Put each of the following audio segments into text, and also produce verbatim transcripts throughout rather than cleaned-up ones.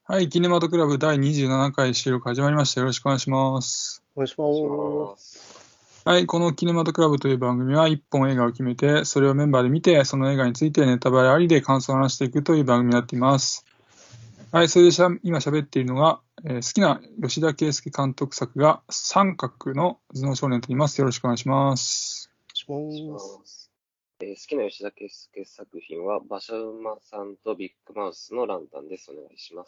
はい、キネマトクラブだいにじゅうななかい収録始まりました。よろしくお願いします。 お願いします。 はい、このキネマトクラブという番組はいっぽん映画を決めて、それをメンバーで見て、その映画についてネタバレありで感想を話していくという番組になっています。はい、それでしゃ今喋っているのが、えー好きな吉田圭佑監督作が三角の頭脳少年と言います。よろしくお願いします。 お願いします。えー好きな吉田圭佑作品は、馬車馬さんとビッグマウスのランタンです。お願いします。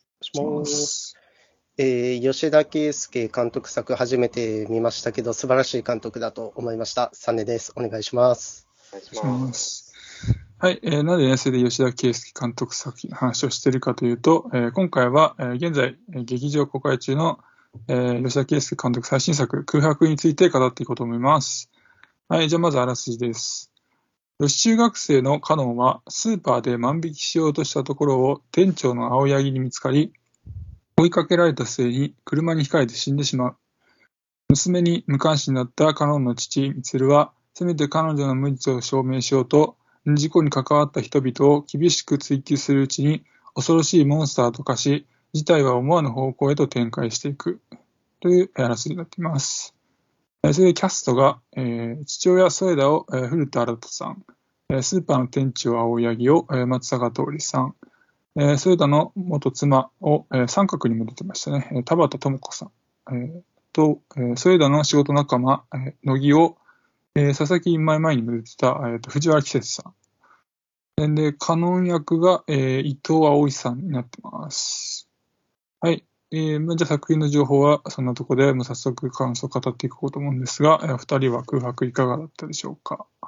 お願いします。 えー吉田圭佑監督作初めて見ましたけど、素晴らしい監督だと思いました。サネです。お願いします。 お願いします。はい、えー、なぜね、それで吉田圭佑監督作品の話をしているかというと、えー今回は、えー現在、えー劇場公開中の、えー吉田圭佑監督最新作、空白について語っていこうと思います。はい、じゃあまずあらすじです。女子中学生のカノンは、スーパーで万引きしようとしたところを店長の青柳に見つかり、追いかけられた末に車にひかれて死んでしまう。娘に無関心だったカノンの父、ミツルは、せめて彼女の無実を証明しようと、事故に関わった人々を厳しく追及するうちに、恐ろしいモンスターと化し、事態は思わぬ方向へと展開していく、というあらすじになっています。えーそれでキャストが、えー父親添田を、えー古田新太さん、えースーパーの店長青柳を、えー松坂桃李さん、えー添田の元妻を、えー三角にも出てましたね、えー田畑智子さん、えーと、えー添田の仕事仲間、えー乃木を、えー佐々木前々にも出てた、えーと藤原季節さん。で、カノン役が、えー伊藤葵さんになってます。はい。えーまあじゃあ作品の情報はそんなところで、もう早速感想を語っていこうと思うんですが、えー、二人は空白いかがだったでしょうか。 はい、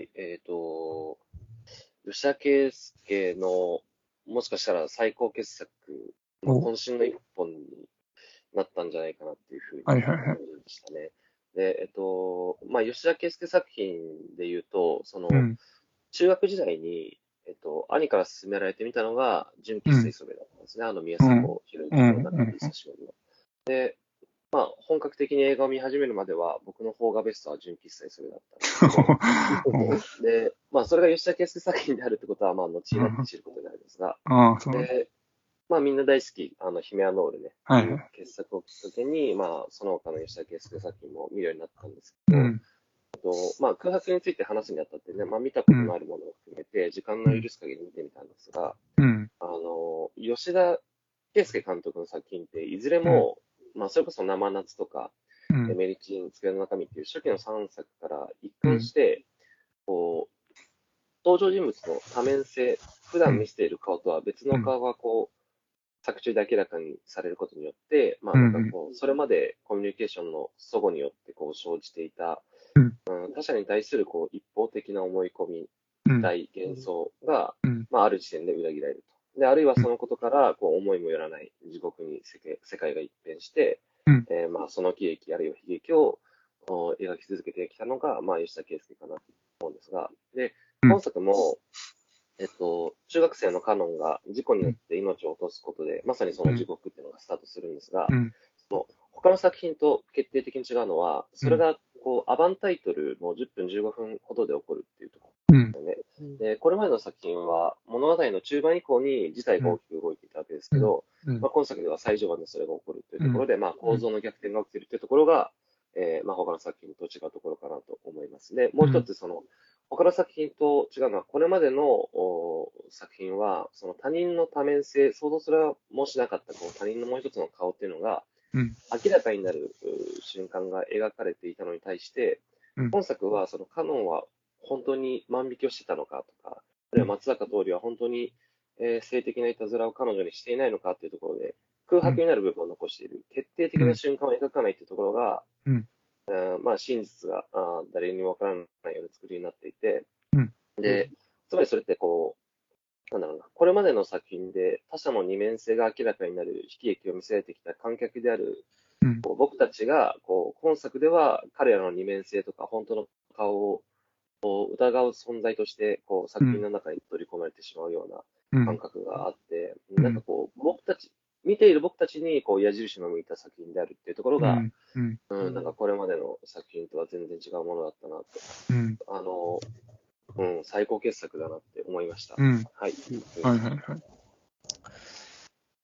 えっ、と、吉田圭佑の、もしかしたら最高傑作、まあ、 お、 渾身の一本になったんじゃないかなっていうふうにはいはいはい。 思いましたね。で、えっと、まあ、吉田圭佑作品で言うと、その、 うん、 中学時代に、えっと、兄から勧められてみたのが、純喫茶うん、 磯部だったんですね。あの、宮うん、 迫博うん、 之と中うん。 井久志の。で、まあ、本格的に映画を見始めるまでは、僕の方がベストは純喫茶磯部だったんですけど、 おで、まあ、それが吉田圭佑作品であるってことは、まあ、後になってうん、 知ることになるんですが、 ああ、そうなんだ。 で、まあ、みんな大好き、あの、ヒメアノールね、っていうはいはい。 傑作をきっかけに、まあ、その他の吉田圭佑作品も見るようになったんですけど、 うん、 と、まあ、空白について話すにあたってね、まあ、見たうん、 ことのあるものを含めて、時間のうん、 許す限り見てみたんですが、 うん、 あの、吉田圭佑監督の作品って、いずれうん、 も、まあ、それこそ生夏とか、 うん、 えメリチン、机の中身っていう初期のさんさくから一うん、 貫して、こう、登場人物の多面性、普うん、 段見せている顔とは別のうん、 顔がこう、作中で明らかにされることによって、まあうん、 なんうん、 かこう、それまでコミュニケーションの齟齬によってこう生じていた、 うん、 うん、他者に対するこう一方的な思い込み、期待、幻想が、 うん、 まあある時点で裏切られると。で、あるいはうん、 そのことから、こう思いもよらない地獄に世界世界が一変して、 うん、 えーまあその喜劇あるいは悲劇をお描き続けてきたのが、まあ吉田圭佑かなと思うんですが、で、今作も、えっと、中学生のカノンが事故によって命を落とすことで、まさにその地獄っていうのがスタートするんですが、 うん、 その他の作品と決定的に違うのは、 うん、 それがこうアバンタイトルのじゅっぷんじゅうごふんほどで起こるっていうとこうん、 ろですよね。で、これまでの作品は物語の中盤以降に事態が大きく動いていたわけですけど、まあ、今作では最上盤でそれが起こるというところで、まあ、構造の逆転が起きているというところが、えーまあ、他の作品と違うところかなと思います。で、もう一つ、その、他の作品と違うのは、これまでのお作品は、その他人の多面性、想像すらもしなかったこう他人のもう一つの顔っていうのが、明らかになるう瞬間が描かれていたのに対して、本作はそのカノンは本当に万引きをしてたのかとか、あるいは松坂桃李は本当に、えー性的ないたずらを彼女にしていないのかっていうところで、空白になる部分を残している、決定的な瞬間を描かないというところが、うんまあ、真実があ誰にもわからないような作りになっていて、で、つまりそれってこう、なんだろうな、これまでの作品で他者の二面性が明らかになる悲劇を見せられてきた観客であるこう僕たちがこう本作では彼らの二面性とか本当の顔をこう疑う存在としてこう作品の中に取り込まれてしまうような感覚があって、なんかこう僕たち、見ている僕たちにこう矢印の向いた作品であるっていうところが、うん、なんかこれまでの作品とは全然違うものだったなと、あの、うん、最高傑作だなって思いました。はい。 はいはいはい。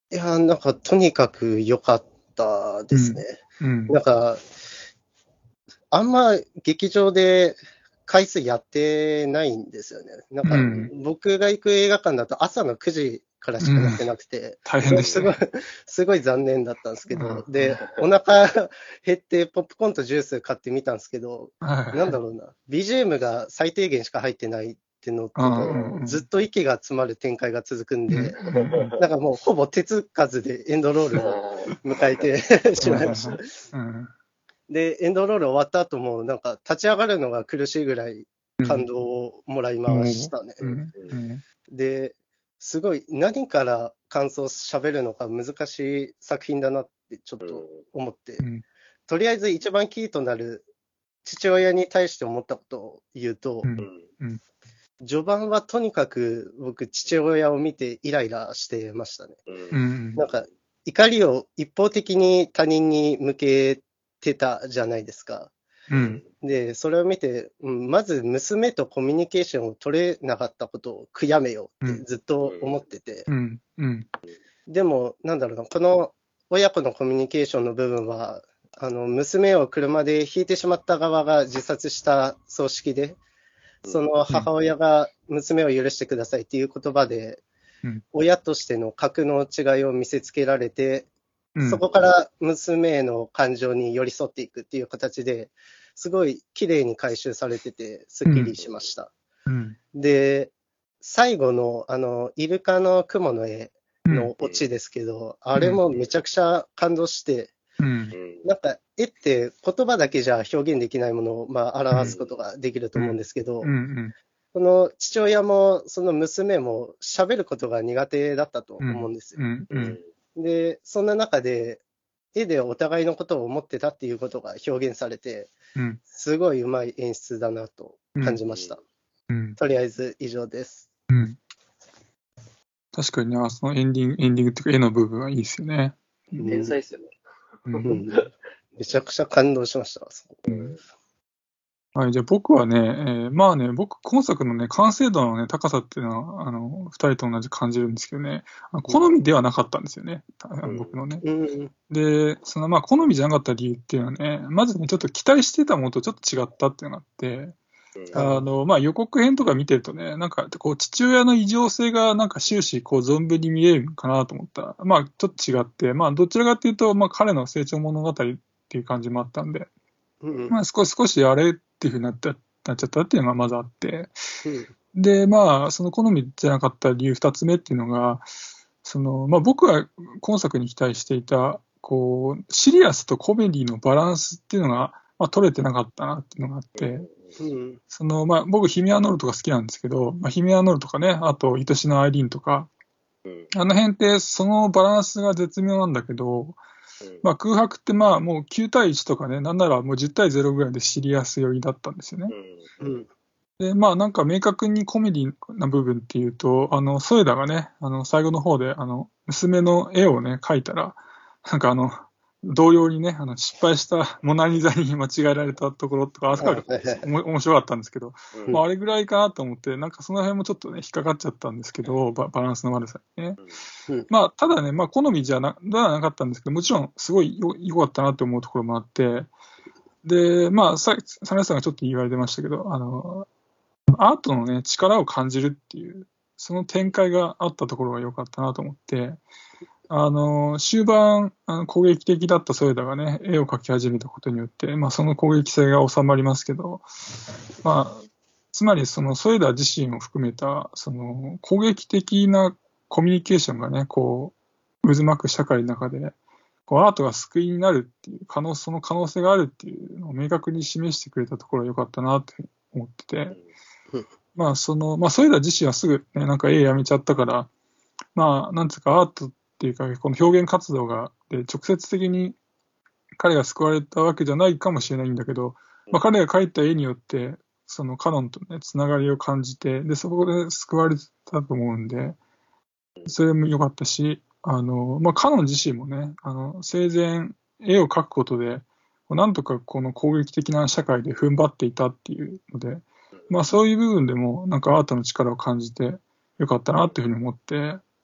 いや、なんかとにかく良かったですね。 うん。 なんか、あんま劇場で回数やってないんですよね。なんか、僕が行く映画館だと朝のくじからしかやってなくて、 うん、大変ですね。すごい、すごい残念だったんですけど、うん、で、お腹減ってポップコーンとジュース買ってみたんですけど、なんだろうな、ビージーエム が最低限しか入ってないってのと、ずっと息が詰まる展開が続くんで、なんかもうほぼ手つかずでエンドロールを迎えてしまいました。で、エンドロール終わった後も、なんか立ち上がるのが苦しいぐらい感動をもらいましたね。うんうん、で、すごい何から感想喋るのか難しい作品だなってちょっと思って、うん、とりあえず一番キーとなる父親に対して思ったことを言うと、うんうん、序盤はとにかく僕父親を見てイライラしてましたね。うん、なんか怒りを一方的に他人に向けてたじゃないですか。うん、で、それを見て、うん、まず娘とコミュニケーションを取れなかったことを悔やめようってずっと思ってて。うんうん、でも、なんだろうな、この親子のコミュニケーションの部分は、あの娘を車で引いてしまった側が自殺した葬式で、その母親が娘を許してくださいっていう言葉で、うん、親としての格の違いを見せつけられて、うん、そこから娘への感情に寄り添っていくっていう形ですごい綺麗に回収されててすっきりしました。うんうん、で、最後のあのイルカの雲の絵のオチですけど、うん、あれもめちゃくちゃ感動して、うん、なんか絵って言葉だけじゃ表現できないものを、まあ、表すことができると思うんですけど、うんうんうん、この父親もその娘も喋ることが苦手だったと思うんですよ。うんうんうん、で、そんな中で絵でお互いのことを思ってたっていうことが表現されて、うん、すごい上手い演出だなと感じました。うん、とりあえず以上です。うん、 確かにね、そのエンディング、エンディングっていうか絵の部分はいいですよね。 天才ですよね。 うん、めちゃくちゃ感動しました。うん、 はい、じゃあ僕はね、えー、まあね、僕、今作のね、完成度のね、高さっていうのは、あの、二人と同じ感じるんですけどね、好みではなかったんですよね、うん、僕のね。うん、で、そのまあ、好みじゃなかった理由っていうのはね、まずね、ちょっと期待してたものとちょっと違ったっていうのがあって、あの、まあ、予告編とか見てるとね、なんか、こう、父親の異常性がなんか終始、こう、存分に見えるかなと思ったら、まあ、ちょっと違って、まあ、どちらかっていうと、まあ、彼の成長物語っていう感じもあったんで、うん、まあ、少し少しあれっていうふうになっちゃなっちゃったっていうのがまずあって、うん、で、まあ、その好みじゃなかった理由二つ目っていうのが、その、まあ、僕が今作に期待していた、こう、シリアスとコメディのバランスっていうのが、まあ、取れてなかったなっていうのがあって、うん、その、まあ、僕、ヒメアノルとか好きなんですけど、まあ、ヒメアノルとかね、あと、愛しのアイリーンとか、うん、あの辺って、そのバランスが絶妙なんだけど、まあ、空白ってまあもうきゅうたいいちとかね、なんならもうじゅうたいゼロぐらいでシリアス寄りだったんですよね。うん、で、まあなんか明確にコメディな部分っていうと、あの、ソエダがね、あの、最後の方で、あの、娘の絵をね、描いたら、なんかあの、同様にね、あの、失敗したモナリザに間違えられたところとか、あそこが面白かったんですけど、うん、まあ、あれぐらいかなと思って、なんかその辺もちょっとね、引っかかっちゃったんですけど、バ, バランスの悪さにね。うん、まあ、ただね、まあ、好みじゃ な, ではなかったんですけど、もちろん、すごい良かったなと思うところもあって、で、まあ、さ、サネさんがちょっと言われてましたけど、あの、アートのね、力を感じるっていう、その展開があったところが良かったなと思って、あの、終盤、あの攻撃的だったソエダがね、絵を描き始めたことによって、まあ、その攻撃性が収まりますけど、まあ、つまりそのソエダ自身を含めた、その攻撃的なコミュニケーションがね、こう、渦巻く社会の中で、こうアートが救いになるっていう可能、その可能性があるっていうのを明確に示してくれたところが良かったなって思ってて、まあ、その、まあ、ソエダ自身はすぐね、なんか絵やめちゃったから、まあ、なんつうかアートっていうか、この表現活動が、で、直接的に彼が救われたわけじゃないかもしれないんだけど、まあ、彼が描いた絵によって、そのカノンとね、つながりを感じて、で、そこで救われたと思うんで、それも良かったし、あの、まあ、カノン自身もね、あの、生前、絵を描くことで、なんとかこの攻撃的な社会で踏ん張っていたっていうので、まあ、そういう部分でも、なんかアートの力を感じて良かったなっていうふうに思って、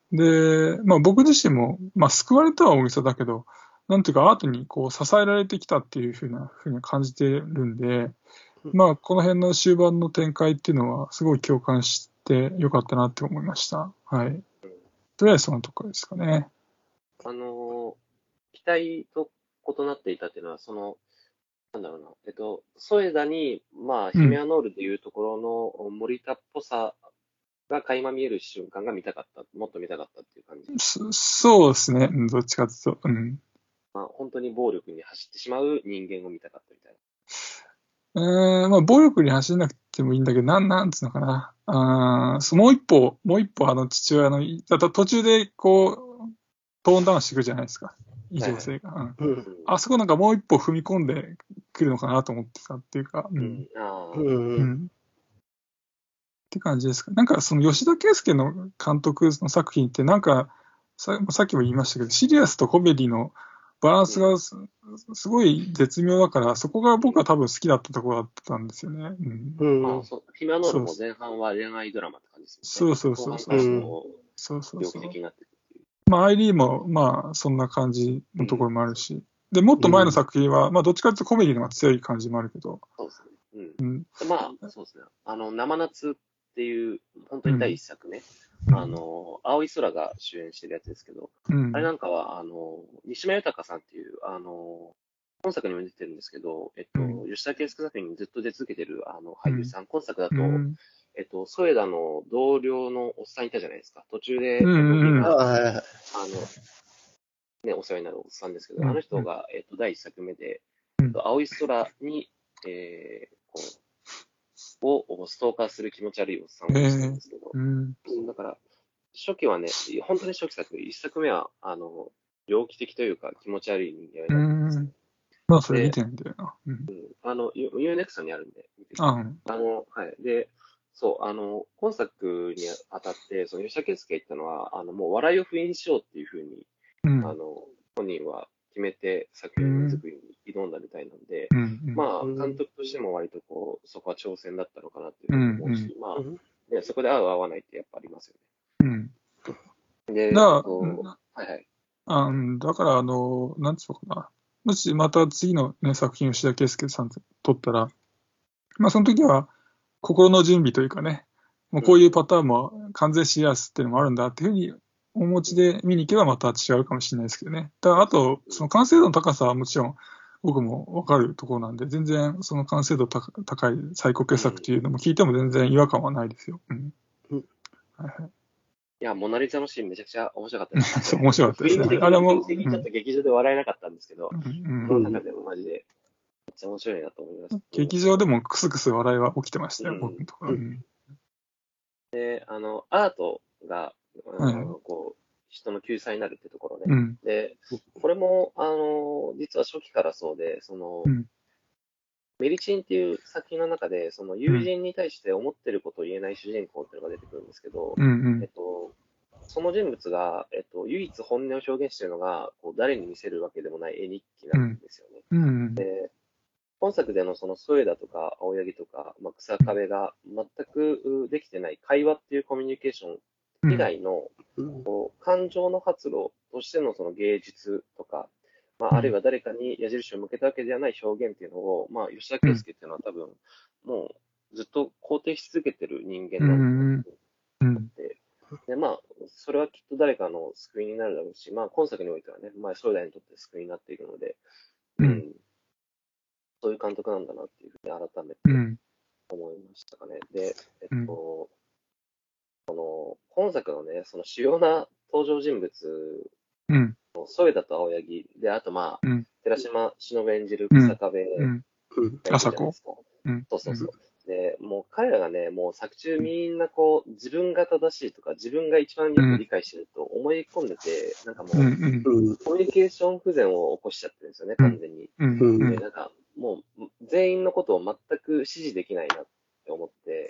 で、まあ僕自身も、まあ救われたは大げさだけど、なんていうかアートにこう支えられてきたっていうふうなふうに感じてるんで、まあこの辺の終盤の展開っていうのはすごい共感してよかったなって思いました。はい。とりあえずそのところですかね。 あの、期待と異なっていたっていうのは、その、なんだろうな、えっと、添田に、まあ、ヒメアノールでいうところの森田っぽさが垣間見える瞬間が見たかった、もっと見たかったっていう感じ。 そそうですね、どっちかというと。うん。 まあ、本当に暴力に走ってしまう人間を見たかったみたいな。 えー、まあ、暴力に走らなくてもいいんだけど、なん、なんつうのかな。あーもう一歩、もう一歩、あの、父親の、だと途中で、こう、トーンダウンしてくるじゃないですか。異常性が。はいはい、うん、あそこなんかもう一歩踏み込んでくるのかなと思ってたっていうか、うん。うん。あうん、って感じですか。なんか、その吉田圭佑の監督の作品って、なんか、ささっきも言いましたけど、シリアスとコメディのバランスがす、すごい絶妙だから、そこが僕は多分好きだったところだったんですよね。うん。 ああ、そう。ヒメアノールも前半は恋愛ドラマって感じですよね。そうそうそうそう。 後半からこう、 そうそうそう。 猟奇的になっていくっていう。 まあ、アイリーも、まあ、そんな感じのところもあるし。で、もっと前の作品は、まあ、どっちかというとコメディの方が強い感じもあるけど。 そうですね。うん。まあ、そうですね。あの、生夏っていう、本当に第一作ね。あの、青い空が主演してるやつですけど、あれなんかは、あの、西村豊さんっていう、あの、今作にも出てるんですけど、えっと、吉田圭佑作品にずっと出続けてる、あの、俳優さん、今作だと、えっと、添田の同僚のおっさんいたじゃないですか。途中で、えっと、今、あの、ね、お世話になるおっさんですけど、あの人が、えっと、第一作目で、えっと、青い空に、えー、こう、をストーカーする気持ち悪いおっさんをしたんですけど、えーうん、だから、初期はね、本当に初期作、一作目は、あの、猟奇的というか気持ち悪い人間を描いてます、ね。 まあ、それ見てんだよな。うん。 あの、ユーネクストにあるんで、見てあ、うん、あの、はい。で、そう、あの、今作にあたって、その吉田圭佑が言ったのは、あの、もう笑いを封印しようっていうふうに、うん、あの、本人は決めて作品作りに挑んだみたいなんで、うん、まあ、監督としても割とこう、そこは挑戦だったのかなっていうふうに思うし、うん、まあ、ね、そこで合う合わないってやっぱありますよね。うん。で、だはいはい。 あだから、あの、なんつうのかな。もしまた次の、ね、作品を吉田圭佑さんと撮ったら、まあその時は心の準備というかね、もうこういうパターンも完全シリアスっていうのもあるんだっていうふうにお持ちで見に行けばまた違うかもしれないですけどね。だからあと、その完成度の高さはもちろん僕もわかるところなんで、全然その完成度高い最高傑作っていうのも聞いても全然違和感はないですよ。うんはいはいいや、モナリザのシーンめちゃくちゃ面白かったです。 そう、面白かったですね。 あれも。ちょっと劇場で笑えなかったんですけど、この中でもマジで、めっちゃ面白いなと思いました。 劇場でもクスクス笑いは起きてましたよ、僕のところ。 で、あの、アートが、あのこう、人の救済になるってところね。で、これも、あの、実は初期からそうで、その、メリチンっていう作品の中で、その友人に対して思ってることを言えない主人公っていうのが出てくるんですけど、うんうん、えっと、その人物が、えっと、唯一本音を表現しているのが、こう誰に見せるわけでもない絵日記なんですよね。うんうん、で本作でのその添田とか青柳とか、まあ、草壁が全くできてない会話っていうコミュニケーション以外の、うん、こう感情の発露としてのその芸術とか、まあ、あるいは誰かに矢印を向けたわけではない表現っていうのを、まあ、吉田圭佑っていうのは多分、もうずっと肯定し続けてる人間なんだと思って、で、まあ、それはきっと誰かの救いになるだろうし、まあ、今作においてはね、まあ、将来にとって救いになっているので、うん、うん、そういう監督なんだなっていうふうに改めて思いましたかね。で、えっと、この、今作のね、その主要な登場人物、うん、添田と青柳で、あとまあ、うん、寺島しのぶ演じる草壁がいるじゃないですか。うん、そうそうそう。で、もう彼らがね、もう作中みんなこう、自分が正しいとか、自分が一番よく理解してると思い込んでて、なんかもう、うんうん、コミュニケーション不全を起こしちゃってるんですよね、完全に。うんうん、で、なんか、もう、全員のことを全く指示できないなって思って、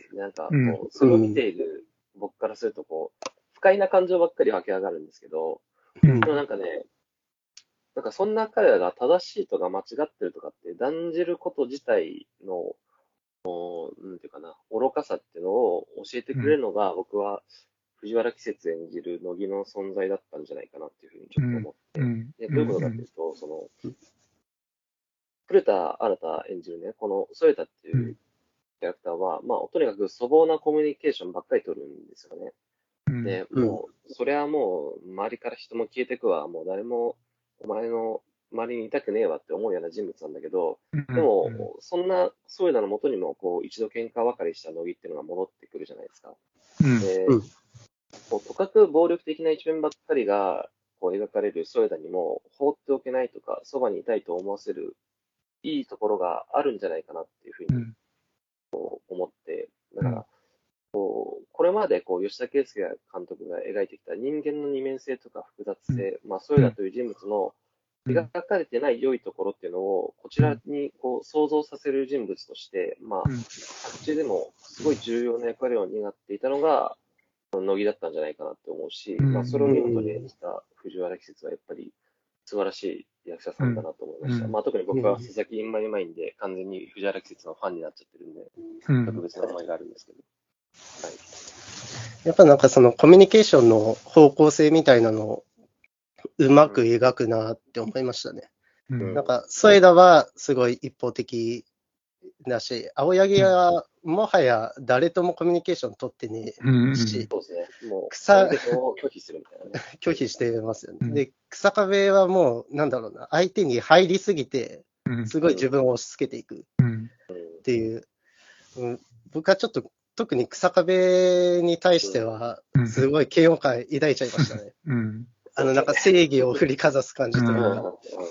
なんかこう、それを見ている僕からすると、こう、不快な感情ばっかり湧き上がるんですけど、うん、でもなんかね、なんかそんな彼らが正しいとか間違ってるとかって断じること自体の、なんていうかな、愚かさっていうのを教えてくれるのが、僕は藤原季節演じる乃木の存在だったんじゃないかなっていうふうにちょっと思って、うん、でどういうことかというと、うん、その、古田新太演じるね、この添田っていうキャラクターは、まあ、とにかく粗暴なコミュニケーションばっかり取るんですよね。うん、で、もう、それはもう、周りから人も消えてくわ、もう誰も、お前の周りにいたくねえわって思うような人物なんだけど、でも、そんな添田の元にも、こう、一度喧嘩別れした乃木っていうのが戻ってくるじゃないですか。で、うん、こうとかく暴力的な一面ばっかりが、こう、描かれる添田にも、放っておけないとか、そばにいたいと思わせる、いいところがあるんじゃないかなっていうふうに、こう思って、だから、こう、これまでこう吉田圭佑監督が描いてきた人間の二面性とか複雑性、まあ、添田という人物の描かれてない良いところっていうのを、こちらにこう想像させる人物として、まあ、作中でもすごい重要な役割を担っていたのが、乃木だったんじゃないかなって思うし、まあ、それを見事に演じた藤原季節はやっぱり素晴らしい役者さんだなと思いました。まあ、特に僕は佐々木インマイマインで完全に藤原季節のファンになっちゃってるんで、特別な思いがあるんですけど。はい、 やっぱなんかそのコミュニケーションの方向性みたいなのをうまく描くなって思いましたね。うん、なんか、添田はすごい一方的だし、青柳はもはや誰ともコミュニケーション取ってねえし、 そうですね。もう、草を拒否するみたいなね。 拒否してますよね。うん、で、草壁はもう、なんだろうな、相手に入りすぎて、すごい自分を押し付けていくっていう、うん、僕はちょっと、特に草壁に対しては、すごい嫌悪感抱いちゃいましたね。うん、あの、なんか正義を振りかざす感じというか。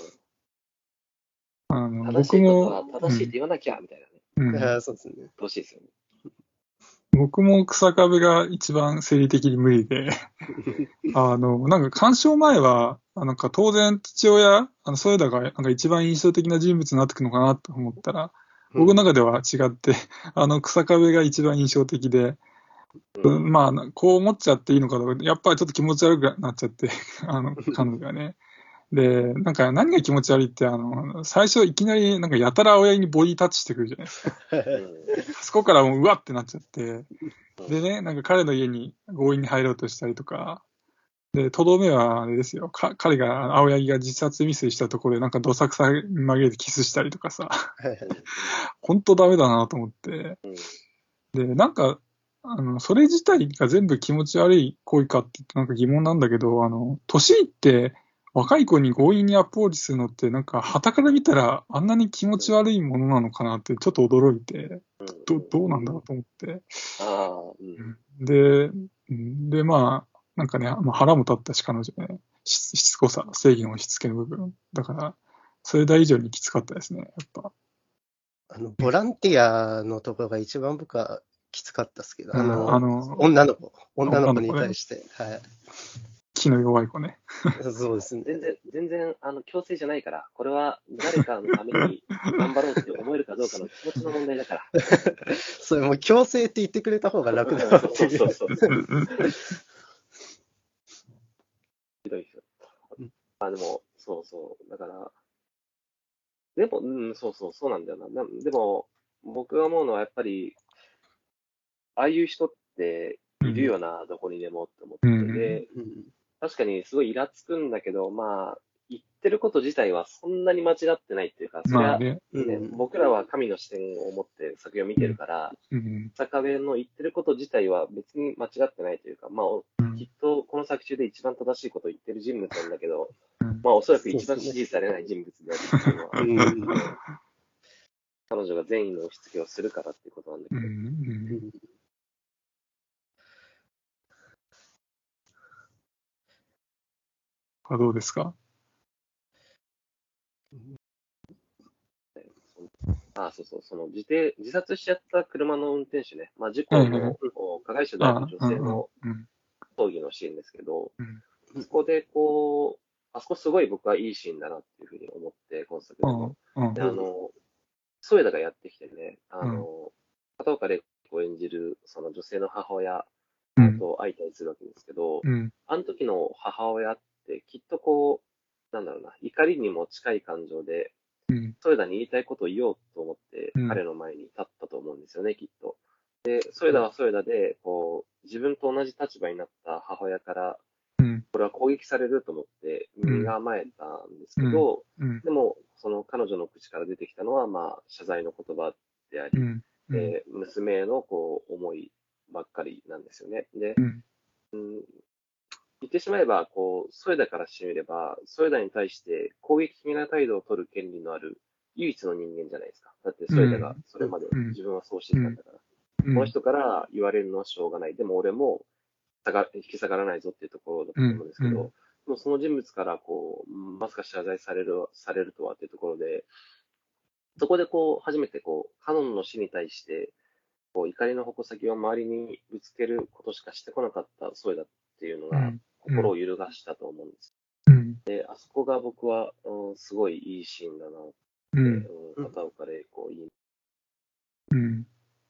あの正しいことは正しいって言わなきゃ、みたいなね。 うん、そうですね。 どうしいですよね。 僕も草壁が一番生理的に無理で、あの、なんか鑑賞前は、なんか当然父親、あの、添田がなんか一番印象的な人物になってくるのかなと思ったら、僕の中では違って、あの、草壁が一番印象的で、うん、まあ、こう思っちゃっていいのかどうか、やっぱりちょっと気持ち悪くなっちゃって、あの、彼女がね。で、なんか何が気持ち悪いって、あの、最初いきなりなんかやたら青柳にボディタッチしてくるじゃないですか。そこからもううわってなっちゃって、でね、なんか彼の家に強引に入ろうとしたりとか、で、とどめはあれですよ、か彼が、青柳が自殺未遂したところでなんかどさくさに紛れてキスしたりとかさ、本当ダメだなと思って、で、なんか、あの、それ自体が全部気持ち悪い行為かって言ってなんか疑問なんだけど、あの、年いって若い子に強引にアプローチするのって、なんか、傍から見たらあんなに気持ち悪いものなのかなってちょっと驚いて、ど、どうなんだろうと思って。で、で、まあ、なんかね、腹も立ったし、彼女ね、しつこさ、正義の押し付けの部分。だから、それ以上にきつかったですね、やっぱ。 あの、ボランティアのところが一番僕はきつかったですけど、あの、あの女の子、女の子に対して、ね、はい。 気の弱い子ね。 そうですね。 全然、全然、あの、強制じゃないから、これは誰かのために頑張ろうって思えるかどうかの気持ちの問題だから。 それもう強制って言ってくれた方が楽だなっていう。そうそうそう。 ひどいですよ。あ、でも、そうそう。だから、でも、うん、そうそう、そうなんだよな。なでも、僕が思うのはやっぱり、ああいう人っているよな、うん、どこにでもって思って、うん、で、確かにすごいイラつくんだけど、まあ、言ってること自体はそんなに間違ってないっていうか、それは、ね、まあね、僕らは神の視点を持って作品を見てるから、坂部の言ってること自体は別に間違ってないというか、まあ、きっとこの作中で一番正しいことを言ってる人物なんだけど、まあ、おそらく一番支持されない人物であるっていうのは、彼女が善意の押し付けをするからっていうことなんだけど。うんあ、どうですか？ ああ、そうそう、その自転、自殺しちゃった車の運転手ね、まあ、事故の加害者である女性の葬儀のシーンですけど、そこでこう、あそこすごい僕はいいシーンだなっていうふうに思って、今作でも。で、あの、添田がやってきてね、あの、片岡玲子を演じるその女性の母親と相対するわけですけど、うん、あの時の母親ってきっとこう、なんだろうな、怒りにも近い感情で、添田に言いたいことを言おうと思って、彼の前に立ったと思うんですよね、きっと。で、添田は添田で、こう、 自分と同じ立場になった母親から、 うん、 これは攻撃されると思って身構えたんですけど、 うんうん、 でも、その彼女の口から出てきたのは、まあ、謝罪の言葉であり、 うんうん、 えー、娘へのこう思いばっかりなんですよね。で、 うんうん、言ってしまえば、こう、ソエダからしてみれば、ソエダに対して攻撃的な態度を取る権利のある唯一の人間じゃないですか。だってソエダがそれまで自分はそうしてきたんだから。 うん、 この人から言われるのはしょうがない。でも俺も下が引き下がらないぞっていうところだと思うんですけど、 うん、 もうその人物からこう、まさか謝罪される、されるとはっていうところで、そこでこう、初めてこう、カノンの死に対して、こう、怒りの矛先を周りにぶつけることしかしてこなかったソエダっていうのが、心を揺るがしたと思うんです。 うん、 で、あそこが僕は、うん、すごいいいシーンだなって、 うん、 うん、片岡玲子いい。 うん。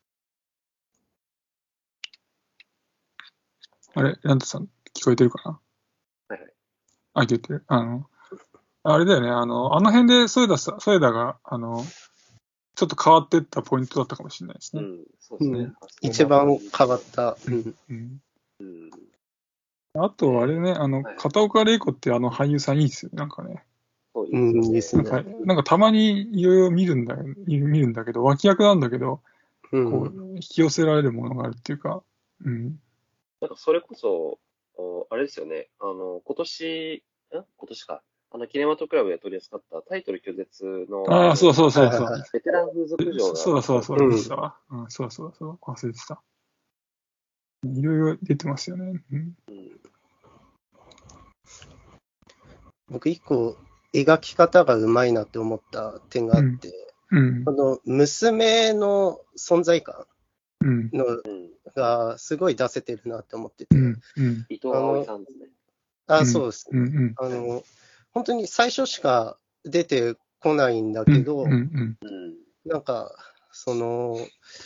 あれ、ラントさん、聞こえてるかな？ はいはい。 あ、聞こえてる。あの、あれだよね、あの、あの辺でソエダさ、ソエダが、あの、ちょっと変わっていったポイントだったかもしれないですね。 うん、そうですね。うん、 一番変わった。うんうんうん、 あと、あれね、あの、はい、片岡玲子ってあの俳優さんいいですよ、なんかね。 そういいですよね。 なんか、なんかたまにいろいろ見るんだ、見るんだけど、脇役なんだけど、うん、こう、引き寄せられるものがあるっていうか、うん。 なんかそれこそ、あれですよね、あの、今年、ん今年か。あの、キネマトクラブで取り扱ったタイトル拒絶の。 ああ、そうそうそうそう。 ベテラン風俗嬢が。 そうだそうだそうだ、見てたわ。うん、そうだそうだそうだ、忘れてた。いろいろ出てますよね。うん。うん、 僕一個、描き方がうまいなって思った点があって、うんうん、この娘の存在感の、うん、がすごい出せてるなって思ってて。うんうん、伊藤葵さんですね。 あ、そうですね。うんうん、あの、本当に最初しか出てこないんだけど、うんうんうん、なんか、その、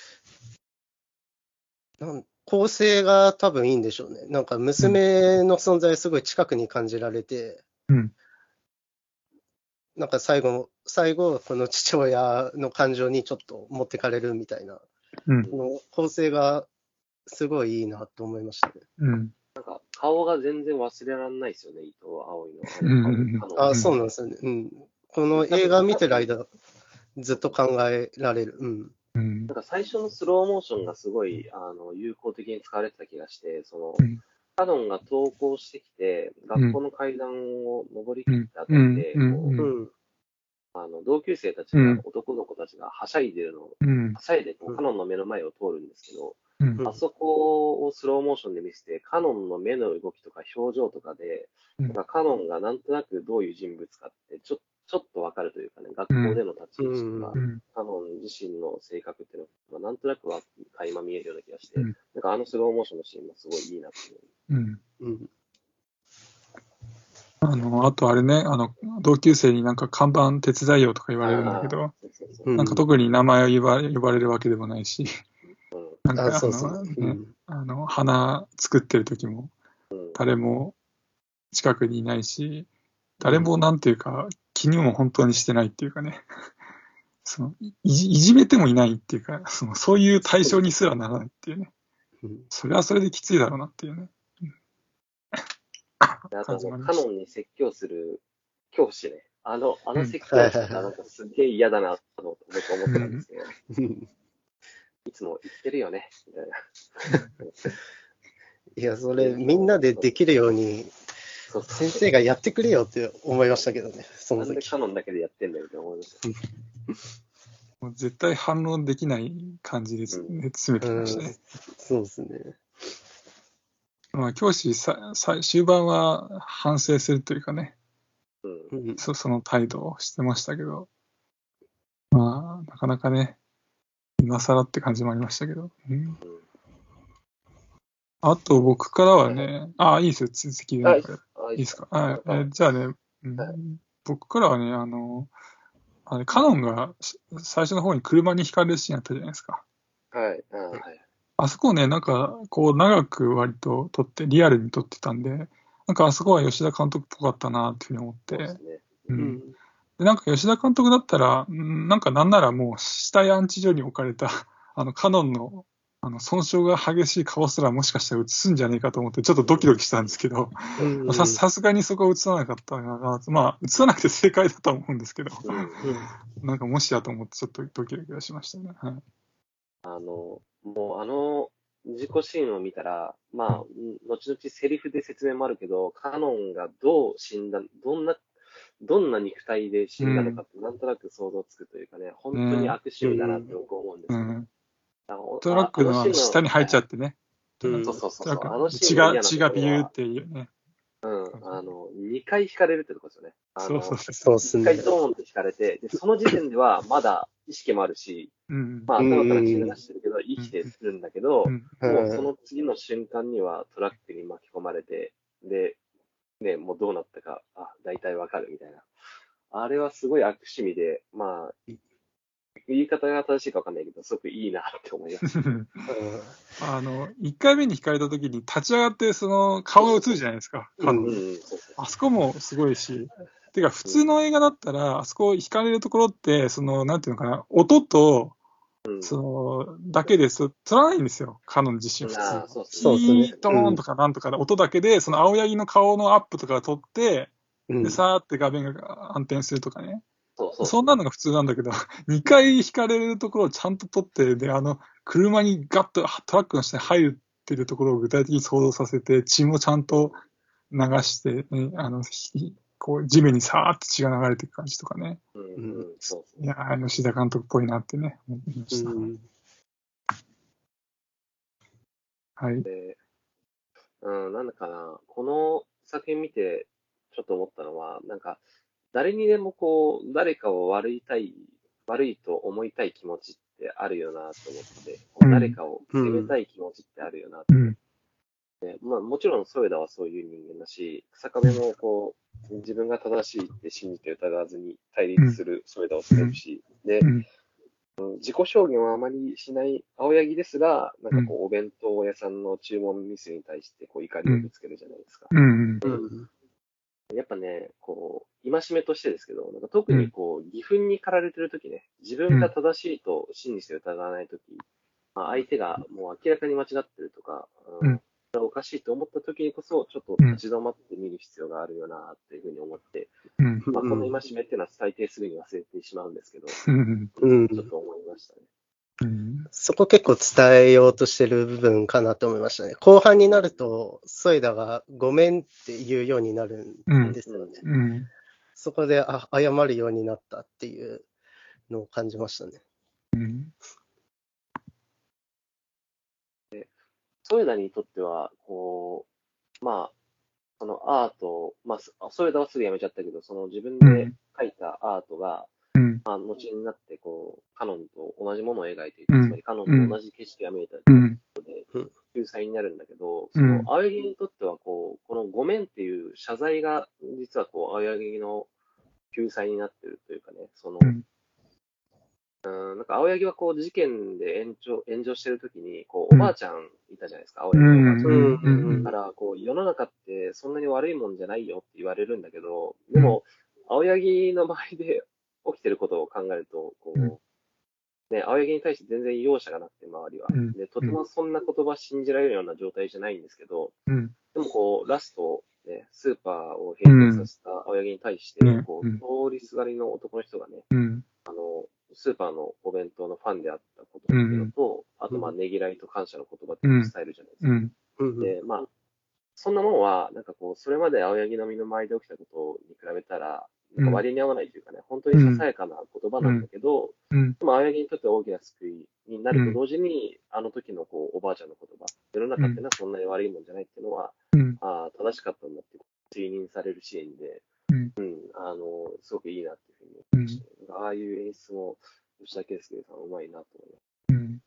なん構成が多分いいんでしょうね。なんか娘の存在すごい近くに感じられて、うん、なんか最後、最後、この父親の感情にちょっと持ってかれるみたいな、うん、の構成がすごいいいなと思いましたね。 うんなんか、顔が全然忘れられないですよね、伊藤葵の。あ、そうなんですよね。うん。この映画見てる間、ずっと考えられる。うん。 なんか最初のスローモーションがすごい、あの、有効的に使われてた気がして、その、うん、カノンが登校してきて、学校の階段を上りきった後で、うん、こう、うんあの、同級生たちが、うん、男の子たちがはしゃいでるのを、うん、はしゃいでこう、カノンの目の前を通るんですけど、うん、あそこをスローモーションで見せて、カノンの目の動きとか表情とかで、うん、なんかカノンがなんとなくどういう人物かって、ちょちょっとわかるというかね、学校での立ち位置とか、うん、カノン自身の性格っていうのが、なんとなくは垣間見えるような気がして、うん、なんかあのスローモーションのシーンもすごいいいなっていう。うんうんあの、あとあれね、あの、同級生になんか看板手伝いよとか言われるんだけど、そうそうそうなんか特に名前を呼ば呼ばれるわけでもないし、うん、なんかあの、そうそうね、うん、あの、花作ってる時も、誰も近くにいないし、誰もなんていうか、気にも本当にしてないっていうかね、そのいじ、いじめてもいないっていうか、そのそういう対象にすらならないっていうね、それはそれできついだろうなっていうね。 あと、カノンに説教する教師ね。あの、あの説教師がなんかすげえ嫌だなと僕思ってたんですけど、いつも言ってるよね、みたいな。 いや、それみんなでできるように、先生がやってくれよって思いましたけどね、その時。 なんでカノンだけでやってんだよって思いました。 もう絶対反論できない感じですね、詰めてきましたね。 そうですね。 まあ、教師ささ、終盤は反省するというかね、うん、そ, その態度をしてましたけど、まあ、なかなかね、今更って感じもありましたけど。うん、あと、僕からはね、ああ、いいですよ、続きで。いいですか。あえじゃあね、うん、僕からはね、あの、あれカノンが最初の方に車にひかれるシーンあったじゃないですか。 はい。あ, はい、 あそこをね、なんか、こう、長く割と撮って、リアルに撮ってたんで、なんかあそこは吉田監督っぽかったなっていうふうに思って、ねうん、でなんか吉田監督だったら、なんかなんならもう死体安置所に置かれた、あの、カノンのあの損傷が激しい顔すらもしかしたら映すんじゃねえかと思ってちょっとドキドキしたんですけど、うん、さ, さすがにそこは映さなかったな。まあ映さなくて正解だと思うんですけど、うん、なんかもしやと思ってちょっとドキドキはしましたね。はい、 あのもうあの事故シーンを見たら、まあ、後々セリフで説明もあるけど、カノンがどう死んだ、どんなどんな肉体で死んだのかって、なんとなく想像つくというかね、本当に悪趣味だなって僕思うんですよ、ね。うんうんトラックの下に入っちゃってね。 そうそうそうそう。 あの血が、血がビューっていうね。 うん。あの、にかい引かれるってとこですよね。あのそうそうそう。 いっかいドーンって引かれて、で、その時点ではまだ意識もあるし、うん、まあ頭から血が出してるけど、生きてるんだけど、うんうん、もうその次の瞬間にはトラックに巻き込まれて、で、ね、もうどうなったか、あ、大体わかるみたいな。あれはすごい悪趣味で、まあ、言い方が正しいか分かんないけど、すごくいいなって思います。 あの、いっかいめに引かれた時に立ち上がって、その顔が映るじゃないですか。うんうん、あそこもすごいし。てか、普通の映画だったら、あそこ引かれるところって、その、なんていうのかな、音と、うん、その、だけで撮らないんですよ。カノン自身普通。 そうですね。 ヒートーンとかなんとかで、音だけで、その青柳の顔のアップとか撮って、うん、で、さーって画面が暗転するとかね。そうそうそんなのが普通なんだけど、にかい引かれるところをちゃんと撮って、で、あの、車にガッとトラックの下に入ってるところを具体的に想像させて、血もちゃんと流して、ね、あの、こう、地面にさーって血が流れていく感じとかね。うんうん、そういやー、吉田監督っぽいなってね、思いました。うん、はい。 で、うん、なんだかな、この作品見て、ちょっと思ったのは、なんか、誰にでもこう、誰かを悪いたい、悪いと思いたい気持ちってあるよなと思って、うん、誰かを責めたい気持ちってあるよなと思って、うんまあ、もちろん添田はそういう人間だし、日下部もこう、自分が正しいって信じて疑わずに対立する添田を責めるし、で、自己証言はあまりしない青柳ですが、なんかこう、お弁当屋さんの注文ミスに対してこう怒りをぶつけるじゃないですか。うんうんやっぱね、こう、戒めとしてですけど、なんか特にこう、義憤に駆られてるときね、自分が正しいと信じて疑わないとき、まあ、相手がもう明らかに間違ってるとか、うん、おかしいと思ったときにこそ、ちょっと立ち止まって見る必要があるよな、っていうふうに思って、うんまあ、この戒めっていうのは最低すぐに忘れてしまうんですけど、うん、ちょっと思いましたね。 うん、そこ結構伝えようとしてる部分かなと思いましたね。後半になると、添田がごめんって言うようになるんですよね。うんうん、そこであ謝るようになったっていうのを感じましたね。うん、 で添田にとっては、こう、まあ、そのアート、まあ、添田はすぐやめちゃったけど、その自分で描いたアートが、うんまあ、後になってこう、カノンと同じものを描いていて、うん、つまりカノンと同じ景色が見えたということで、救済になるんだけど、その青柳にとってはこう、このごめんっていう謝罪が、実はこう、青柳の救済になってるというかね、その、うんうんなんか青柳はこう事件で炎上炎上してるときにこうおばあちゃんいたじゃないですか、青柳のおばあちゃん。だからこう世の中ってそんなに悪いもんじゃないよって言われるんだけど、でも青柳の場合で起きてることを考えると、こうね、青柳に対して全然容赦がなくて周りは。でとてもそんな言葉信じられるような状態じゃないんですけど、でもこうラスト、ね、スーパーを閉店させた青柳に対して、こう通りすがりの男の人がね、あのスーパーのお弁当のファンであったことっていうのと、うん、あと、まあ、ねぎらいと感謝の言葉っていう伝えるじゃないですか。うん、で、まあ、そんなもんは、なんかこう、それまで青柳の身の回りで起きたことに比べたら、なんか割に合わないというかね、本当にささやかな言葉なんだけど、うん、でも青柳にとって大きな救いになると同時に、あの時のこう、おばあちゃんの言葉、世の中っていうのはそんなに悪いもんじゃないっていうのは、うん、あ正しかったんだって追認されるシーンで、うん、あの、すごくいいなっていうふうに思いました、ね。うん、ああいう演出も、吉田圭佑さん、うまいなと思います。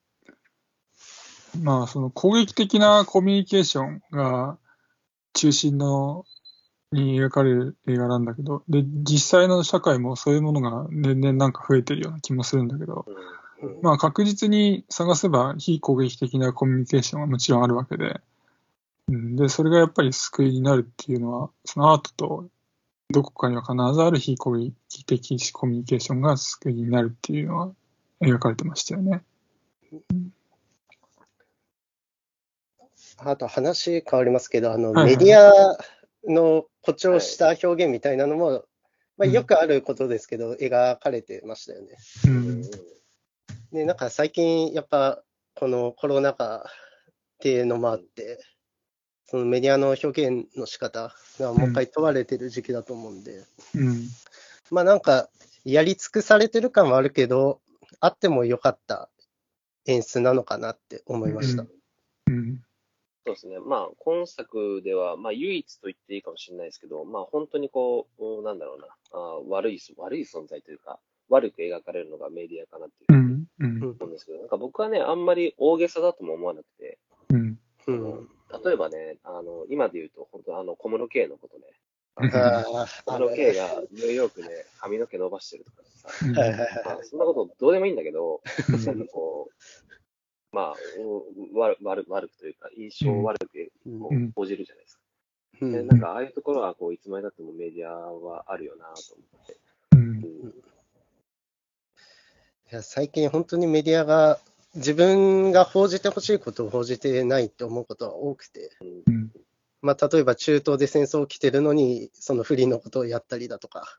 うん。まあ、その攻撃的なコミュニケーションが中心の、に描かれる映画なんだけど、で、実際の社会もそういうものが年々なんか増えてるような気もするんだけど、うんうん、まあ確実に探せば非攻撃的なコミュニケーションはもちろんあるわけで、うん、で、それがやっぱり救いになるっていうのは、そのアートとどこかには必ずある非攻撃的コミュニケーションが救いになるっていうのは描かれてましたよね。うん、 あと話変わりますけど、あの、 はいはいメディアの誇張した表現みたいなのも、まあ、 うんよくあることですけど、描かれてましたよね。 うんで、なんか最近、やっぱ、このコロナ禍っていうのもあって、そのメディアの表現の仕方がもう一回問われてる時期だと思うんで、 うんまあなんか、やり尽くされてる感はあるけど、あってもよかった演出なのかなって思いました。 うんそうですね。まあ、今作では、まあ、唯一と言っていいかもしれないですけど、まあ、本当にこう、うんなんだろうな、あー悪い、悪い存在というか、悪く描かれるのがメディアかなっていううふうにんうんうん思うんですけど、なんか僕はね、あんまり大げさだとも思わなくて、 うんうあのん。 例えばね、あの、今で言うと、本当あの、小室圭のことね、あの、 ああ、 小あれ。 室圭がニューヨークで髪の毛伸ばしてるとかさ、 うんはいはいはいまあ、そんなことどうでもいいんだけど、 うんなんかこう、まあ、う悪悪悪くというか、印象を悪くうんこう報じるじゃないですか。で、 うんなんか、ああいうところは、こう、いつまでたってもメディアはあるよなと思って。 うんうん。 いや最近本当にメディアが自分が報じてほしいことを報じてないって思うことが多くて、 うんまあ、例えば中東で戦争起きてるのに、その不倫のことをやったりだとか、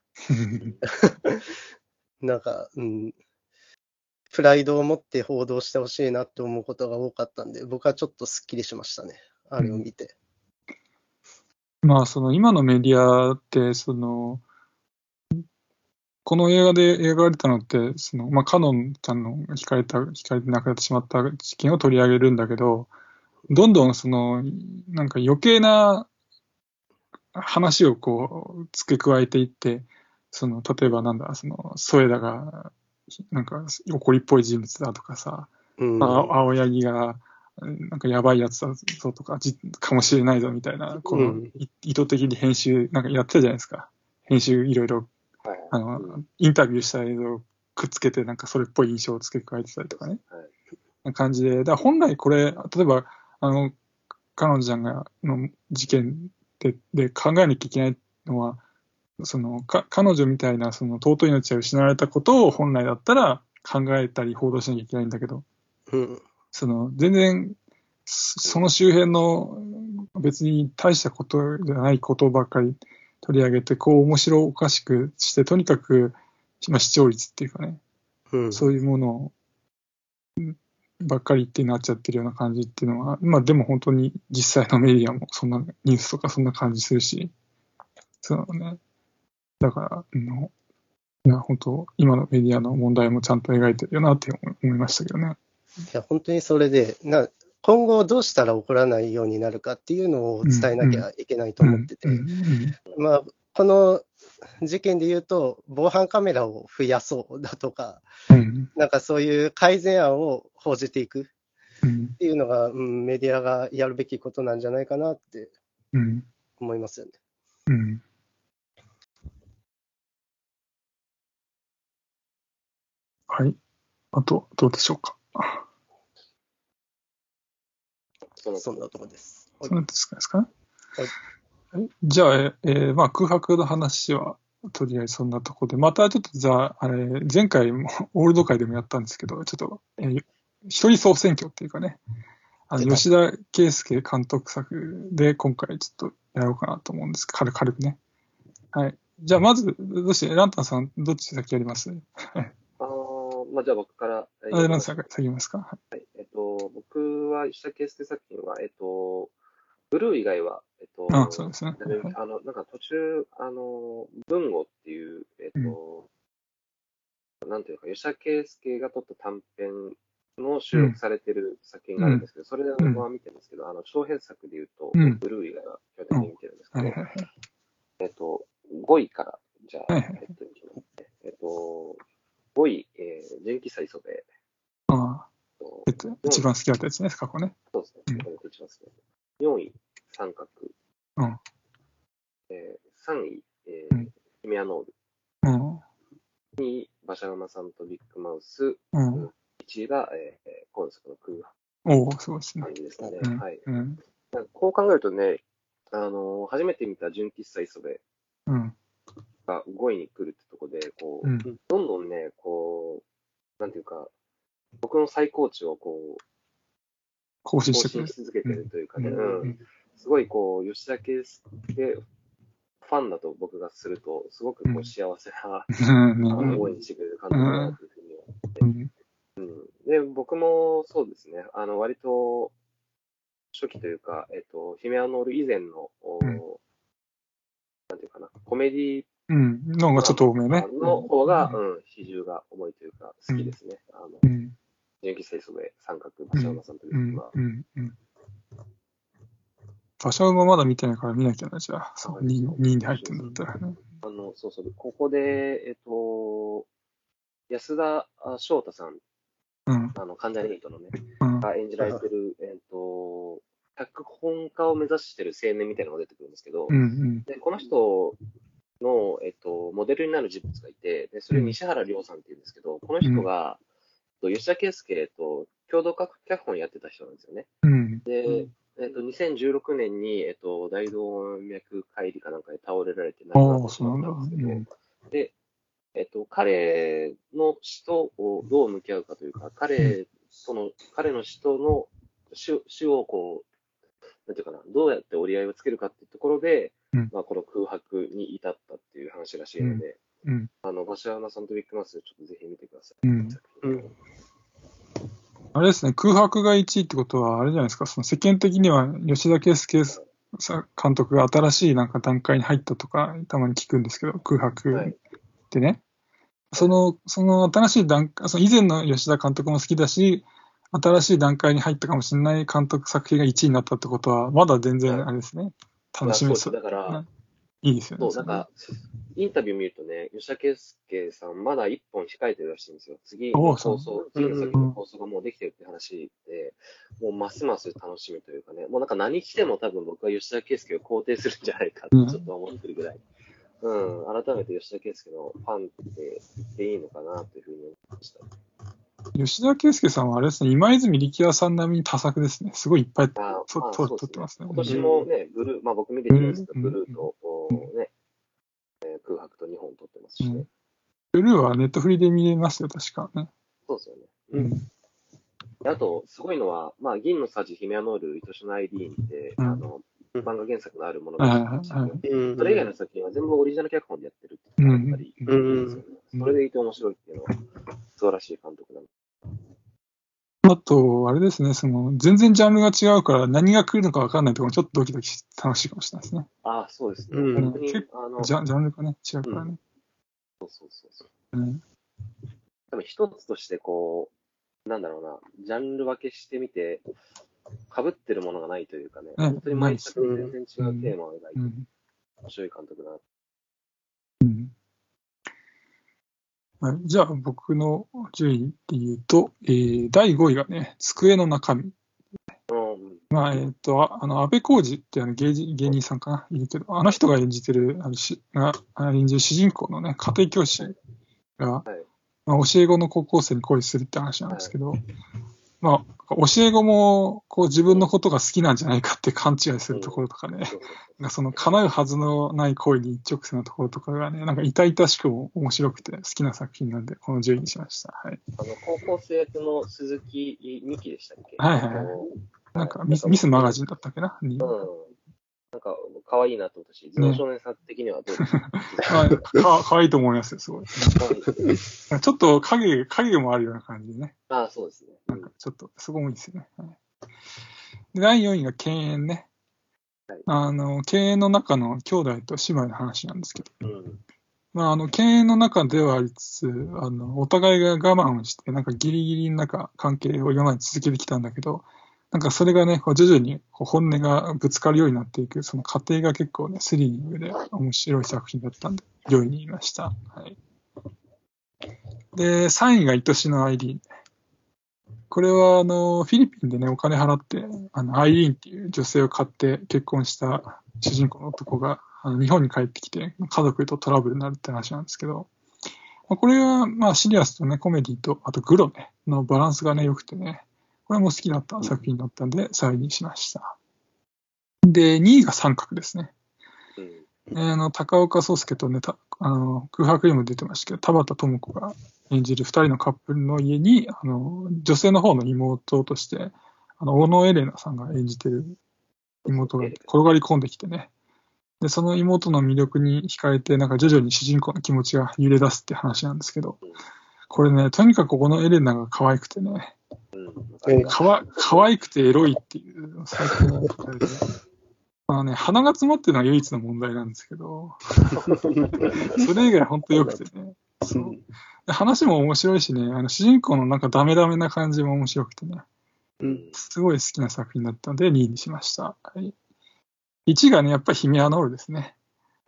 なんか、うん、プライドを持って報道してほしいなって思うことが多かったんで、僕はちょっとすっきりしましたね、あれを見て。 まあ、その今のメディアって、その、この映画で描かれたのって、その、まあ、カノンちゃんの惹かれた、惹かれて亡くなってしまった事件を取り上げるんだけど、どんどんその、なんか余計な話をこう、付け加えていって、その、例えばなんだ、その、添田が、なんか怒りっぽい人物だとかさ、 うんあ青柳が、なんかやばいやつだぞとか、じかもしれないぞみたいな、この、 うんい意図的に編集、なんかやってたじゃないですか。編集いろいろ、 はい。 あの、 うんインタビューした映像をくっつけて、なんかそれっぽい印象を付け加えてたりとかね。 はい。 な感じで、だから本来これ、例えば、あの、彼女ちゃんが、の事件でで考えなきゃいけないのは、その、か彼女みたいな、その、尊い命が失われたことを本来だったら考えたり報道しなきゃいけないんだけど、 うんその、全然、その周辺の別に大したことじゃないことばっかり取り上げて、こう面白おかしくして、とにかく、まあ、視聴率っていうかね、 うんそういうものをばっかりってなっちゃってるような感じっていうのは、まあでも本当に実際のメディアもそんなニュースとかそんな感じするし、そうね。だから、うん、いや、本当、今のメディアの問題もちゃんと描いてるよなって思いましたけどね。 いや、本当にそれで、な今後どうしたら起こらないようになるかっていうのを伝えなきゃいけないと思ってて、まあ、この事件で言うと、防犯カメラを増やそうだとか、 うん、 なんかそういう改善案を報じていくうんっていうのが、うん、メディアがやるべきことなんじゃないかなってうん思いますよね。 うんはい。あと、どうでしょうか。 そんなところです。 そうなんですかですか、 はい、 じゃあ、えー、まあ空白の話は、とりあえずそんなところで、またちょっとじゃあ、あれ、前回もオールド会でもやったんですけど、ちょっと、えー、一人総選挙っていうかね、あの吉田圭佑監督作で今回ちょっとやろうかなと思うんですけど、軽軽くね。はい。じゃあまず、どうして、ランタンさん、どっち先やりますああ、まあ、じゃあ僕からあ、ランタンさん先やりますか、ははい。えっと、僕は石田圭介作品は、えっと、ブルー以外は、えっい、あ、そうと、 ですね。はいはい、 あの、なんか途中、あの、文語っていう、えっうん、 と、なんていうか、吉田圭介が撮った短編の収うん、 録されてる作品がうん、 あるんですけど、それでうん、 僕は見てるんですけど、あの、長編作で言うと、 うん、 ブルー以外は基本うん、 的に見てるんですけど、 はいはいはい。 えっと、ごいから、じゃあ、 はいはい。 えっと、えっと、ごい、えー、純喫茶磯部。 ああ、 とえっと、一よんい、 番好きだったやつね、過去ね。 そうですね、 うん、 これ一番好きです。よんい、三角。 うん、 えー、さんい、えー、 うん、 ヒメアノール。 うん、 にい、馬車馬さんとビッグマウス。 うん。 いちいが、えー、今作の空おお、そうですね。 感じですかね。 うん、 はい。 うん、 なんかこう考えるとね、あのー初めて見た純喫茶磯部うん、 がごいに来るってとこで、こう、 うん、 どんどんね、こう、なんていうか、僕の最高値をこう、 更新してくれる。更新し続けてるというかね、うん。うん、すごいこう、吉田圭介ファンだと僕がすると、すごくこう幸せな、うん、あの応援してくれる監督だなというふうに思って、うんうん。で、僕もそうですね、あの、割と、初期というか、えっと、ヒメアノール以前の、うん、なんていうかな、コメディうん、のがちょっと多めね。 の方が、うん、比重が重いというか、好きですね。うん、あの、うん、純喜清楚で三角、馬車馬さんというか、うんうんうん、 馬車馬まだ見てないから見なきゃな、じゃあ。そう、にいで入ってるんだったらね。 あの、そうそう。ここで、えっと、安田翔太さん、うん、あの、関ジャニ∞のね、うん、が演じられてる、えっと、脚本家を目指してる青年みたいなのが出てくるんですけど、うんうん、で、この人の、えっと、モデルになる人物がいて、で、それ西原亮さんって言うんですけど、この人が、うん、吉田圭佑と共同脚本やってた人なんですよね。うん、で、えっと、にせんじゅうろくねんに、えっと、大動脈解離かなんかで倒れられて亡くなってしまったんですけど、うん、で、えっと、彼の死とどう向き合うかというか、彼との、彼の死との死、死をこう、なんていうかな、どうやって折り合いをつけるかっていうところで、うん、まあ、この空白に至ったっていう話らしいので、うんうん、あの、馬車馬さんとビッグマス、ちょっとぜひ見てください。うんうんあれですね、空白がいちいってことは、あれじゃないですか、その世間的には吉田圭佑監督が新しいなんか段階に入ったとか、たまに聞くんですけど、空白ってね。はい、その、その新しい段階、その以前の吉田監督も好きだし、新しい段階に入ったかもしれない監督作品がいちいになったってことは、まだ全然あれですね、はい、楽しめそう。 だから、 いいですよね。 そう、なんか、インタビュー見るとね、吉田圭佑さん、まだいっぽん控えてるらしいんですよ。次の放送、次の先の放送がもうできてるって話で、もうますます楽しみというかね、もうなんか何来ても多分僕は吉田圭佑を肯定するんじゃないかってちょっと思ってるぐらい、うん、うん、改めて吉田圭佑のファンって言っていいのかなというふうに思いました。 吉田圭佑さんはあれですね、今泉力也さん並みに多作ですね。すごいいっぱい撮ってますね。 今年もね、ブルー、まあ僕見てきましたけど、ブルーと、うん、ね、空白とにほん撮ってますしね、うん。 ブルーはネットフリで見れますよ、確かね。 そうですよね。うん。あと、すごいのは、まあ、銀のさじ、ヒメアノール、愛しのアイリーンって、うん、あの、漫画原作のあるものがあるんですけど、それ以外の作品は全部オリジナル脚本でやってるって言ったり、うん、それでいて面白いっていうのは、素晴らしい監督なの。 あと、あれですね、その、全然ジャンルが違うから何が来るのか分かんないところもちょっとドキドキして楽しいかもしれないですね。 ああ、そうですね。うん、本当にあのジャ、ジャンルがね、違うからね。 うん、そうそうそうそう。うん、多分一つとしてこう、なんだろうな、ジャンル分けしてみて、被ってるものがないというかね、ね本当に毎作に全然違うテーマを描いて、うん、面白い監督だな。 うんはい、じゃあ僕の順位っていうと、えー、だいごいがね、机の中身。うん、まあ、えっ、ー、と、あの、安倍浩二ってあの芸人芸人さんかな、いるけど、あの人が演じてる、あのしが演じる主人公のね、家庭教師が、はいまあ、教え子の高校生に恋するって話なんですけど、はい、まあ、教え子もこう自分のことが好きなんじゃないかって勘違いするところとかね、うん、その叶うはずのない恋に一直線のところとかがね、なんか痛々しくも面白くて好きな作品なんで、この順位にしました。はい。 あの、高校生役の鈴木美希でしたっけ？ はいはいはい。なんかミス、ミスマガジンだったっけな、うん、 なんか、可愛いなと思ったし、頭脳少年さん的にはどうですか、 ね、か可愛いと思いますよ、すごい。ちょっと影、影もあるような感じでね。 ああ、そうですね。 なんかちょっと、すごいいいですよね。はい、でだいよんいが敬遠ね。はい、あの、敬遠の中の兄弟と姉妹の話なんですけど。うんまあ、あの、敬遠の中ではありつつ、あの、お互いが我慢をして、なんかギリギリの中、関係を今まで続けてきたんだけど、なんかそれがね、こう徐々にこう本音がぶつかるようになっていく、その過程が結構ね、スリリングで面白い作品だったんで、よいに言いました。はい。で、さんいが愛しのアイリーン。これは、あの、フィリピンでね、お金払って、あの、アイリーンっていう女性を買って結婚した主人公の男が、あの日本に帰ってきて、家族とトラブルになるって話なんですけど、これは、まあ、シリアスとね、コメディと、あとグロね、のバランスがね、良くてね、これも好きだった作品だったんで、さんいにしました。で、にいが三角ですね。うん、あの高岡壮介とね、あの空白にも出てましたけど、田畑智子が演じるふたりのカップルの家に、あの女性の方の妹として、 あの、小野エレナさんが演じてる妹が転がり込んできてね。で、その妹の魅力に惹かれて、なんか徐々に主人公の気持ちが揺れ出すって話なんですけど、これね、とにかくこのエレナが可愛くてね、うん、かわ可愛くてエロいっていう最高の答えで、まあね、鼻が詰まってるのは唯一の問題なんですけど、それ以外本当良くてね、そうで話も面白いしね、あの主人公のなんかダメダメな感じも面白くてね、うん、すごい好きな作品だったのでにいにしました。はい、いちがね、やっぱりヒメアノールですね。うん、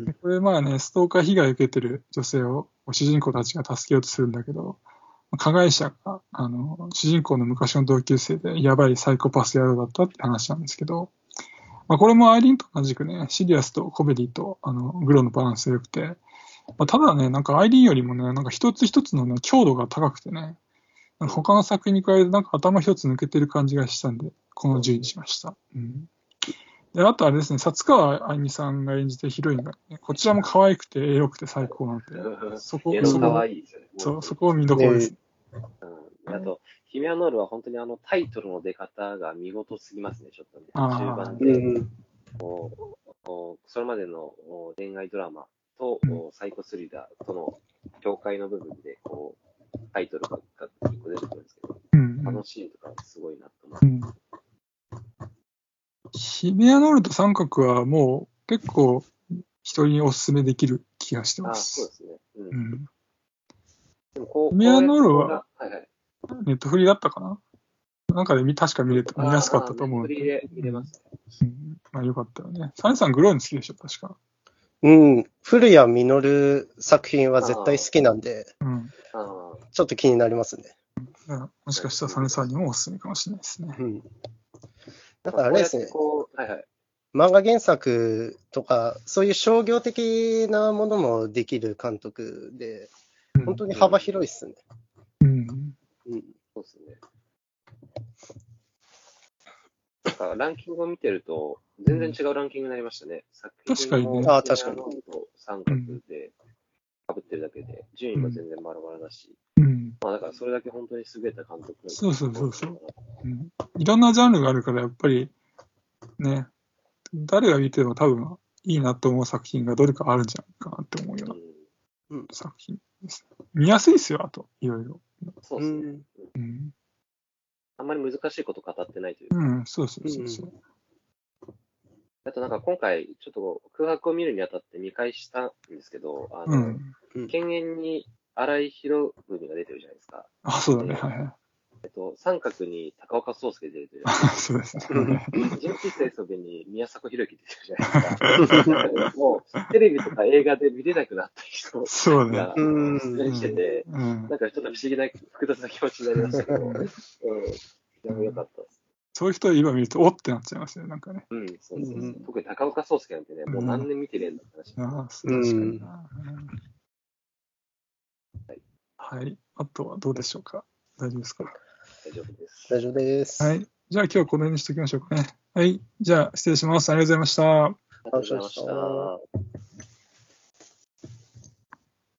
これまあね、ストーカー被害を受けてる女性を主人公たちが助けようとするんだけど、加害者があの主人公の昔の同級生でやばいサイコパス野郎だったって話なんですけど、まあ、これもアイリーンと同じくね、シリアスとコメディとあのグロのバランスが良くて、まあ、ただね、なんかアイリーンよりもね、なんか一つ一つのね、強度が高くてね、なんか他の作品に比べてなんか頭一つ抜けてる感じがしたんで、このじゅういにしました。うん、で、あとあれですね、薩川あゆみさんが演じてるヒロインが、ね、こちらも可愛くてエロくて最高なんで、そこ、そこ、そう、そこを見どころですね。 うん、あと、ヒメアノールは本当にあのタイトルの出方が見事すぎますね、ちょっとね。中盤で、うん、それまでの恋愛ドラマと、うん、サイコスリラーとの境界の部分で、こう、タイトルが一個出てくるんですけど、うん、あのシーンとかすごいなと思って。うん、 ヒメアノールと三角はもう結構人にお勧めできる気がしてます。 あ、そうですね。うん。うん、 でもこうヒメアノールは、はいはい、ネットフリだったかななんかで確か見れた、見やすかったと思う。 ネットフリで見れます、 ね。うん。まあよかったよね。サネさんグローン好きでしょ、確か。 うん。古谷実作品は絶対好きなんで、うん、ちょっと気になりますね。 うん、もしかしたらサネさんにもおすすめかもしれないですね。うん。 だからあれですね。はいはい。漫画原作とか、そういう商業的なものもできる監督で、本当に幅広いっすね。うん。 うん、そうですね。なんかランキングを見てると、全然違うランキングになりましたね。 作品もああ、確かに。 三角で被ってるだけで、順位も全然バラバラだし。うん。まあだからそれだけ本当に優れた監督。 そうそうそうそう、うん。いろんなジャンルがあるから、やっぱり、ね、誰が見ても多分いいなと思う作品がどれかあるんじゃないかなって思うような作品です。見やすいですよ、あと、いろいろ。 そうですね。うん。あんまり難しいこと語ってないというか。 うん、そうそうそうそう。 あとなんか今回、ちょっと空白を見るにあたって見返したんですけど、あの、うん、犬猿に荒井博文が出てるじゃないですか。 あ、そうだね、はいはい。 えっと、三角に高岡壮介出てるじゃないですか。 そうですね。 純喫茶磯部に宮迫博之出てるじゃないですか。もう、テレビとか映画で見れなくなった人が出演してて、うん、なんかちょっと不思議な、複雑な気持ちになりましたけど、うん、でもよかったです。 そういう人今見ると、おってなっちゃいますよね、なんかね。 うん、そうですね。うん、特に高岡壮介なんてね、もう何年見てねえんだって話。 ああ、確かにな。はい。はい。あとはどうでしょうか。大丈夫ですか。 大丈夫です。 大丈夫です。 はい。じゃあ今日はこの辺にしておきましょうかね。はい。じゃあ失礼します。ありがとうございました。 ありがとうございました。